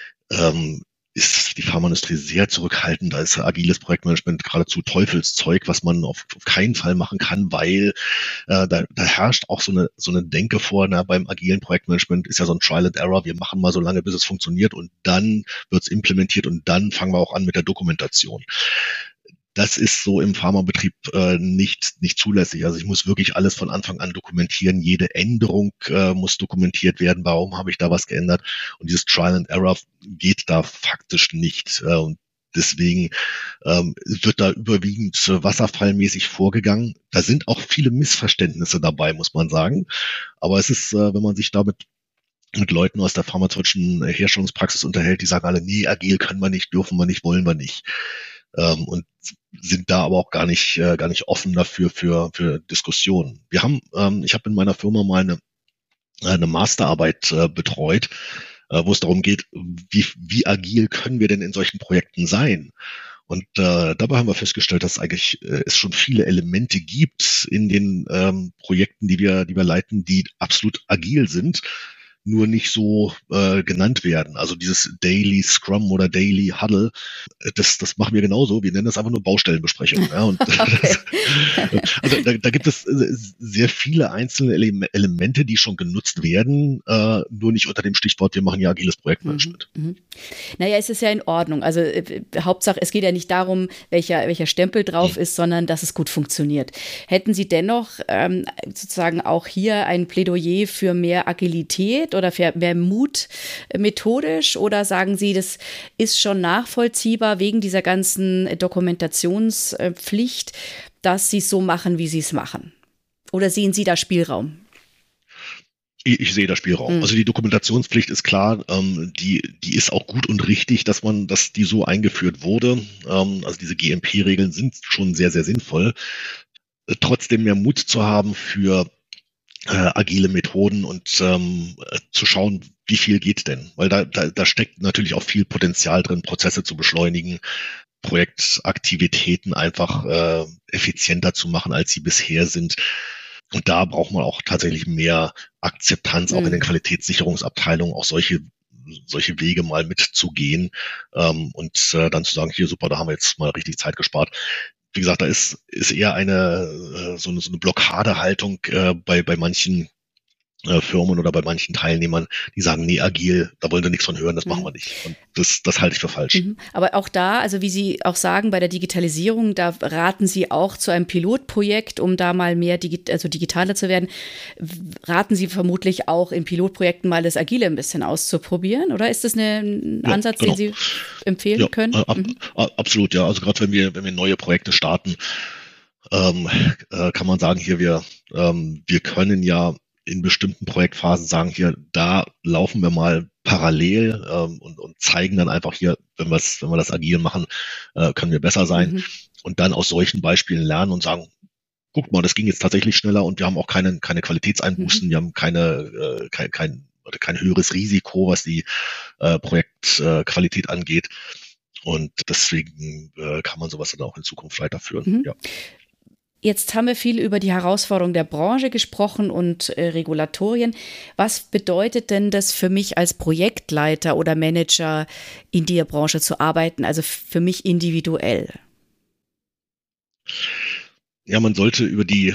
ist die Pharmaindustrie sehr zurückhaltend. Da ist agiles Projektmanagement geradezu Teufelszeug, was man auf keinen Fall machen kann, weil da herrscht auch so eine Denke vor. Beim agilen Projektmanagement ist ja so ein Trial and Error. Wir machen mal so lange, bis es funktioniert, und dann wird es implementiert und dann fangen wir auch an mit der Dokumentation. Das ist so im Pharmabetrieb nicht zulässig. Also ich muss wirklich alles von Anfang an dokumentieren. Jede Änderung muss dokumentiert werden. Warum habe ich da was geändert? Und dieses Trial and Error geht da faktisch nicht. Und deswegen wird da überwiegend wasserfallmäßig vorgegangen. Da sind auch viele Missverständnisse dabei, muss man sagen. Aber es ist, wenn man sich damit mit Leuten aus der pharmazeutischen Herstellungspraxis unterhält, die sagen alle, nee, agil können wir nicht, dürfen wir nicht, wollen wir nicht. Und sind da aber auch gar nicht offen dafür für Diskussionen. Ich habe in meiner Firma mal eine Masterarbeit betreut, wo es darum geht, wie agil können wir denn in solchen Projekten sein? Und dabei haben wir festgestellt, dass eigentlich es schon viele Elemente gibt in den Projekten, die wir leiten, die absolut agil sind, nur nicht so genannt werden. Also dieses Daily Scrum oder Daily Huddle, das machen wir genauso. Wir nennen das einfach nur Baustellenbesprechung. Ja, und Okay. also da gibt es sehr viele einzelne Elemente, die schon genutzt werden, nur nicht unter dem Stichwort, wir machen ja agiles Projektmanagement. Naja, es ist ja in Ordnung. Also Hauptsache, es geht ja nicht darum, welcher Stempel drauf ist, sondern dass es gut funktioniert. Hätten Sie dennoch sozusagen auch hier ein Plädoyer für mehr Agilität oder für mehr Mut methodisch, oder sagen Sie, das ist schon nachvollziehbar wegen dieser ganzen Dokumentationspflicht, dass Sie es so machen, wie Sie es machen? Oder sehen Sie da Spielraum? Ich sehe da Spielraum. Also die Dokumentationspflicht ist klar, die ist auch gut und richtig, dass die so eingeführt wurde. Also diese GMP-Regeln sind schon sehr, sehr sinnvoll. Trotzdem mehr Mut zu haben für agile Methoden und zu schauen, wie viel geht denn? Weil da steckt natürlich auch viel Potenzial drin, Prozesse zu beschleunigen, Projektaktivitäten einfach effizienter zu machen, als sie bisher sind. Und da braucht man auch tatsächlich mehr Akzeptanz, auch in den Qualitätssicherungsabteilungen, auch solche Wege mal mitzugehen und dann zu sagen, hier super, da haben wir jetzt mal richtig Zeit gespart. Wie gesagt, da ist eher so eine Blockadehaltung bei manchen Firmen oder bei manchen Teilnehmern, die sagen, nee, agil, da wollen wir nichts von hören, das machen wir nicht. Und das halte ich für falsch. Aber auch da, also wie Sie auch sagen, bei der Digitalisierung, da raten Sie auch zu einem Pilotprojekt, um da mal mehr digitaler zu werden. Raten Sie vermutlich auch in Pilotprojekten mal das Agile ein bisschen auszuprobieren, oder ist das ein Ansatz, genau. den Sie empfehlen können? Absolut, ja. Also gerade wenn wir neue Projekte starten, kann man sagen, hier wir können ja in bestimmten Projektphasen sagen, hier, da laufen wir mal parallel und zeigen dann einfach hier, wenn wir das agil machen, können wir besser sein und dann aus solchen Beispielen lernen und sagen, guck mal, das ging jetzt tatsächlich schneller und wir haben auch keine Qualitätseinbußen, wir haben kein höheres Risiko, was die Projektqualität angeht. Und deswegen kann man sowas dann auch in Zukunft weiterführen. Ja. Jetzt haben wir viel über die Herausforderungen der Branche gesprochen und Regulatorien. Was bedeutet denn das für mich als Projektleiter oder Manager in der Branche zu arbeiten, also für mich individuell? Ja, man sollte über die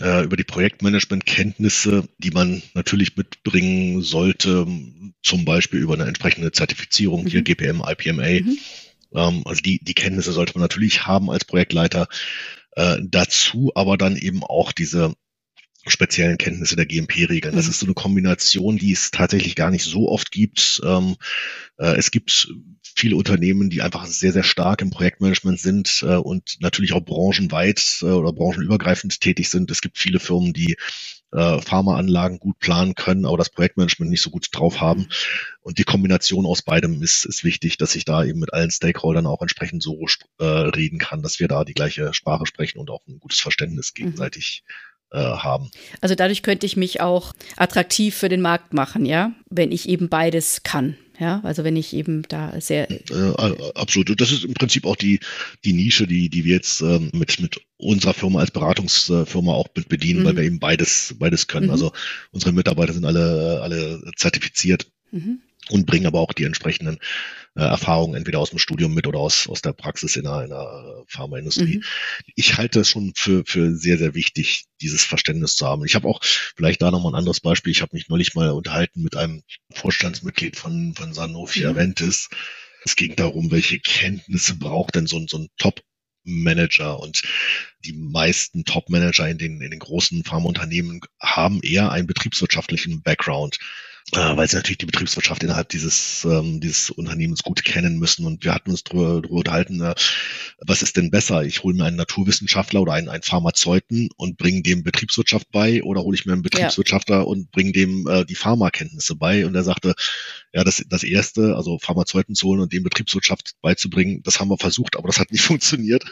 Projektmanagement-Kenntnisse, die man natürlich mitbringen sollte, zum Beispiel über eine entsprechende Zertifizierung, hier GPM, IPMA, also die Kenntnisse sollte man natürlich haben als Projektleiter. Dazu aber dann eben auch diese speziellen Kenntnisse der GMP-Regeln. Das ist so eine Kombination, die es tatsächlich gar nicht so oft gibt. Es gibt viele Unternehmen, die einfach sehr, sehr stark im Projektmanagement sind und natürlich auch branchenweit oder branchenübergreifend tätig sind. Es gibt viele Firmen, die Pharmaanlagen gut planen können, aber das Projektmanagement nicht so gut drauf haben. Und die Kombination aus beidem ist wichtig, dass ich da eben mit allen Stakeholdern auch entsprechend so reden kann, dass wir da die gleiche Sprache sprechen und auch ein gutes Verständnis gegenseitig haben. Also dadurch könnte ich mich auch attraktiv für den Markt machen, ja, wenn ich eben beides kann. Ja, also wenn ich eben da sehr absolut. Das ist im Prinzip auch die Nische, die wir jetzt mit unserer Firma als Beratungsfirma auch bedienen, weil wir eben beides können. Also unsere Mitarbeiter sind alle zertifiziert und bringen aber auch die entsprechenden Erfahrungen entweder aus dem Studium mit oder aus der Praxis in einer Pharmaindustrie. Ich halte es schon für sehr, sehr wichtig, dieses Verständnis zu haben. Ich habe auch vielleicht da nochmal ein anderes Beispiel. Ich habe mich neulich mal unterhalten mit einem Vorstandsmitglied von Sanofi Aventis. Es ging darum, welche Kenntnisse braucht denn so ein Top-Manager, und die meisten Top-Manager in den großen Pharmaunternehmen haben eher einen betriebswirtschaftlichen Background, weil sie natürlich die Betriebswirtschaft innerhalb dieses Unternehmens gut kennen müssen. Und wir hatten uns drüber unterhalten, was ist denn besser? Ich hole mir einen Naturwissenschaftler oder einen Pharmazeuten und bringe dem Betriebswirtschaft bei, oder hole ich mir einen Betriebswirtschaftler und bringe dem die Pharmakenntnisse bei? Und er sagte, ja, das Erste, also Pharmazeuten zu holen und dem Betriebswirtschaft beizubringen, das haben wir versucht, aber das hat nicht funktioniert.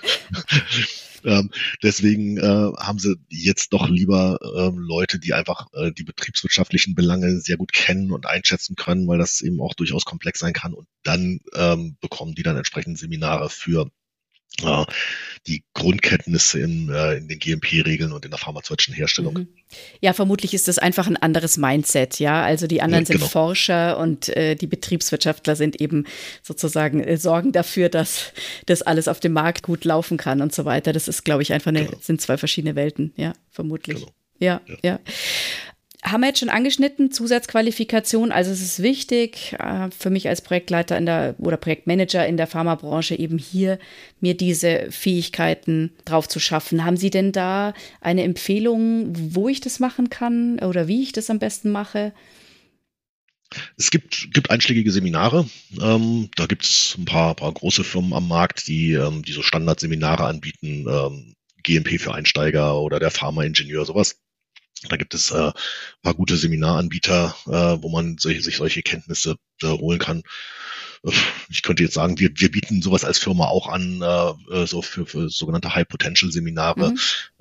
Deswegen haben sie jetzt doch lieber Leute, die einfach die betriebswirtschaftlichen Belange sehr gut kennen und einschätzen können, weil das eben auch durchaus komplex sein kann. Und dann bekommen die dann entsprechend Seminare für die Grundkenntnisse in den GMP-Regeln und in der pharmazeutischen Herstellung. Ja, vermutlich ist das einfach ein anderes Mindset, ja. Also die anderen sind Forscher und die Betriebswirtschaftler sind eben sozusagen sorgen dafür, dass das alles auf dem Markt gut laufen kann und so weiter. Das ist, glaube ich, einfach sind zwei verschiedene Welten, ja, vermutlich. Ja. Haben wir jetzt schon angeschnitten, Zusatzqualifikation. Also es ist wichtig für mich als Projektleiter oder Projektmanager in der Pharmabranche eben hier mir diese Fähigkeiten drauf zu schaffen. Haben Sie denn da eine Empfehlung, wo ich das machen kann oder wie ich das am besten mache? Es gibt einschlägige Seminare. Da gibt es ein paar große Firmen am Markt, die so Standardseminare anbieten. GMP für Einsteiger oder der Pharmaingenieur, sowas. Da gibt es ein paar gute Seminaranbieter, wo man sich solche Kenntnisse holen kann. Ich könnte jetzt sagen, wir bieten sowas als Firma auch an, so für sogenannte High-Potential-Seminare,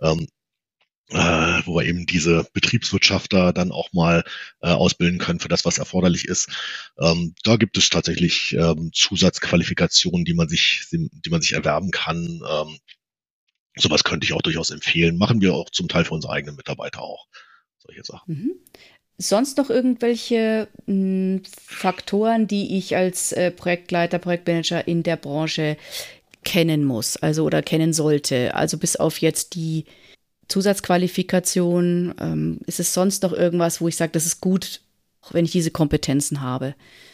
wo wir eben diese Betriebswirtschafter dann auch mal ausbilden können für das, was erforderlich ist. Da gibt es tatsächlich Zusatzqualifikationen, die man sich erwerben kann. Sowas könnte ich auch durchaus empfehlen. Machen wir auch zum Teil für unsere eigenen Mitarbeiter auch. Solche Sachen. Sonst noch irgendwelche Faktoren, die ich als Projektleiter, Projektmanager in der Branche kennen muss, also oder kennen sollte? Also bis auf jetzt die Zusatzqualifikation? Ist es sonst noch irgendwas, wo ich sage, das ist gut, auch wenn ich diese Kompetenzen habe?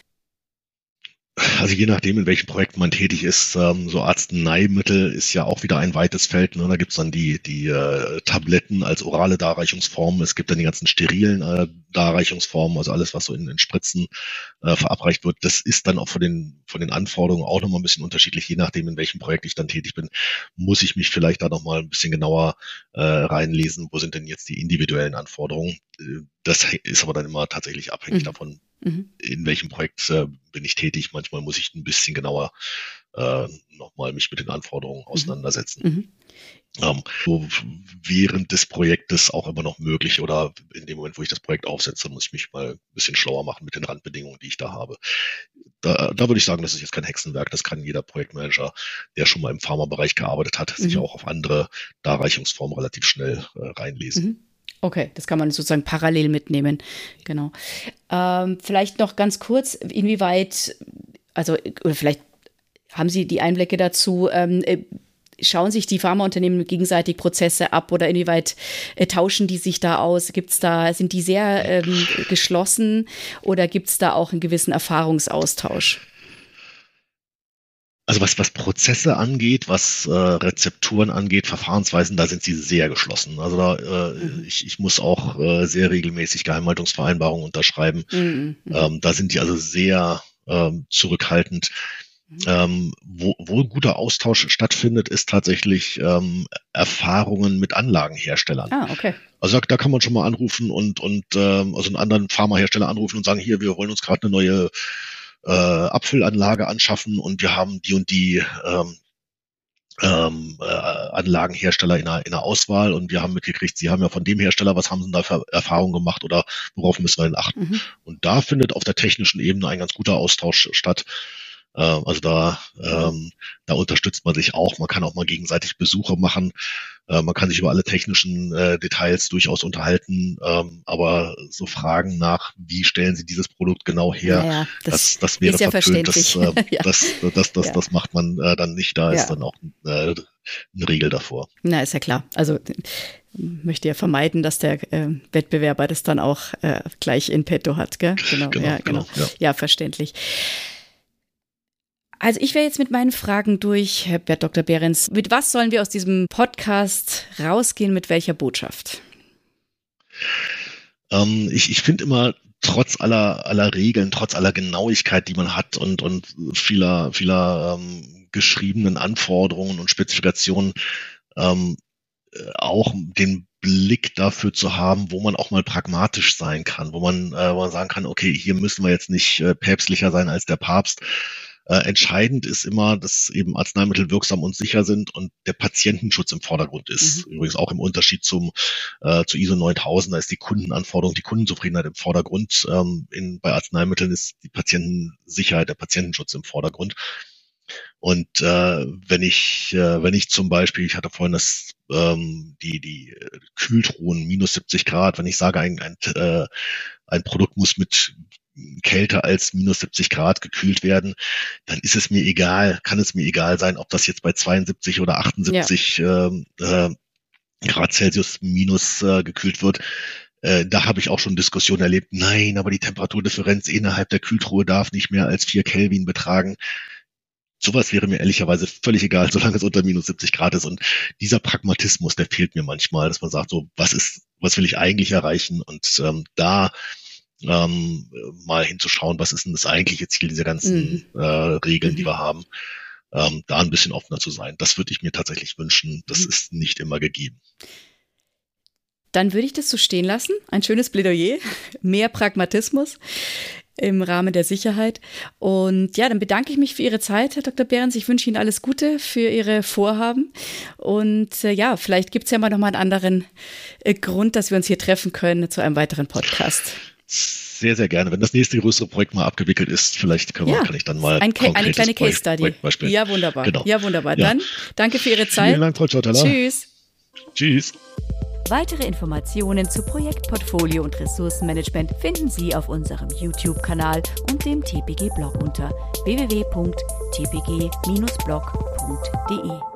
Also je nachdem, in welchem Projekt man tätig ist, so Arzneimittel ist ja auch wieder ein weites Feld. Ne? Da gibt's dann die Tabletten als orale Darreichungsform. Es gibt dann die ganzen sterilen Darreichungsformen, also alles, was so in Spritzen verabreicht wird. Das ist dann auch von den Anforderungen auch nochmal ein bisschen unterschiedlich. Je nachdem, in welchem Projekt ich dann tätig bin, muss ich mich vielleicht da nochmal ein bisschen genauer reinlesen. Wo sind denn jetzt die individuellen Anforderungen? Das ist aber dann immer tatsächlich abhängig davon, in welchem Projekt bin ich tätig. Manchmal muss ich ein bisschen genauer nochmal mich mit den Anforderungen auseinandersetzen. So während des Projektes auch immer noch möglich oder in dem Moment, wo ich das Projekt aufsetze, muss ich mich mal ein bisschen schlauer machen mit den Randbedingungen, die ich da habe. Da würde ich sagen, das ist jetzt kein Hexenwerk. Das kann jeder Projektmanager, der schon mal im Pharmabereich gearbeitet hat, sich auch auf andere Darreichungsformen relativ schnell reinlesen. Okay, das kann man sozusagen parallel mitnehmen. Genau. Vielleicht noch ganz kurz, inwieweit, oder vielleicht haben Sie die Einblicke dazu, schauen sich die Pharmaunternehmen gegenseitig Prozesse ab oder inwieweit tauschen die sich da aus? Sind die sehr geschlossen oder gibt es da auch einen gewissen Erfahrungsaustausch? Also was Prozesse angeht, was Rezepturen angeht, Verfahrensweisen, da sind sie sehr geschlossen. Also da ich muss auch sehr regelmäßig Geheimhaltungsvereinbarungen unterschreiben. Da sind die also sehr zurückhaltend. Wo guter Austausch stattfindet, ist tatsächlich Erfahrungen mit Anlagenherstellern. Okay. Also da kann man schon mal anrufen und also einen anderen Pharmahersteller anrufen und sagen, hier, wir wollen uns gerade eine neue Abfüllanlage anschaffen und wir haben die und die Anlagenhersteller in einer Auswahl und wir haben mitgekriegt, Sie haben ja von dem Hersteller, was haben Sie da für Erfahrungen gemacht oder worauf müssen wir denn achten? Und da findet auf der technischen Ebene ein ganz guter Austausch statt. Also da unterstützt man sich auch. Man kann auch mal gegenseitig Besuche machen. Man kann sich über alle technischen Details durchaus unterhalten. Aber so Fragen nach, wie stellen Sie dieses Produkt genau her, das wäre ja verpönt. Das macht man dann nicht. Da ist dann auch eine Regel davor. Na, ist ja klar. Also möchte ja vermeiden, dass der Wettbewerber das dann auch gleich in petto hat. Gell? Genau. Ja, verständlich. Also ich wäre jetzt mit meinen Fragen durch, Herr Dr. Behrens. Mit was sollen wir aus diesem Podcast rausgehen, mit welcher Botschaft? Ich finde immer, trotz aller Regeln, trotz aller Genauigkeit, die man hat und vieler geschriebenen Anforderungen und Spezifikationen, auch den Blick dafür zu haben, wo man auch mal pragmatisch sein kann, wo man sagen kann, okay, hier müssen wir jetzt nicht päpstlicher sein als der Papst. Entscheidend ist immer, dass eben Arzneimittel wirksam und sicher sind und der Patientenschutz im Vordergrund ist. Übrigens auch im Unterschied zu ISO 9000, da ist die Kundenanforderung, die Kundenzufriedenheit im Vordergrund. Bei Arzneimitteln ist die Patientensicherheit, der Patientenschutz im Vordergrund. Und wenn ich zum Beispiel, ich hatte vorhin die Kühltruhen minus 70 Grad, wenn ich sage, ein Produkt muss mit kälter als minus 70 Grad gekühlt werden, dann ist es mir egal, kann es mir egal sein, ob das jetzt bei 72 oder 78 Grad Celsius minus gekühlt wird. Da habe ich auch schon Diskussionen erlebt. Nein, aber die Temperaturdifferenz innerhalb der Kühltruhe darf nicht mehr als 4 Kelvin betragen. Sowas wäre mir ehrlicherweise völlig egal, solange es unter minus 70 Grad ist. Und dieser Pragmatismus, der fehlt mir manchmal, dass man sagt, so, was will ich eigentlich erreichen? Und da mal hinzuschauen, was ist denn das eigentliche Ziel dieser ganzen Regeln, die wir haben, da ein bisschen offener zu sein. Das würde ich mir tatsächlich wünschen. Das ist nicht immer gegeben. Dann würde ich das so stehen lassen. Ein schönes Plädoyer. Mehr Pragmatismus im Rahmen der Sicherheit. Und ja, dann bedanke ich mich für Ihre Zeit, Herr Dr. Behrens. Ich wünsche Ihnen alles Gute für Ihre Vorhaben. Und vielleicht gibt es ja mal nochmal einen anderen Grund, dass wir uns hier treffen können zu einem weiteren Podcast. Sehr, sehr gerne. Wenn das nächste größere Projekt mal abgewickelt ist, vielleicht kann ich dann mal eine kleine Case Study. Ja, wunderbar. Genau. Ja, wunderbar. Ja. Dann danke für Ihre Zeit. Vielen Dank, Frau Schottala. Tschüss. Tschüss. Weitere Informationen zu Projektportfolio und Ressourcenmanagement finden Sie auf unserem YouTube-Kanal und dem TPG-Blog unter www.tpg-blog.de.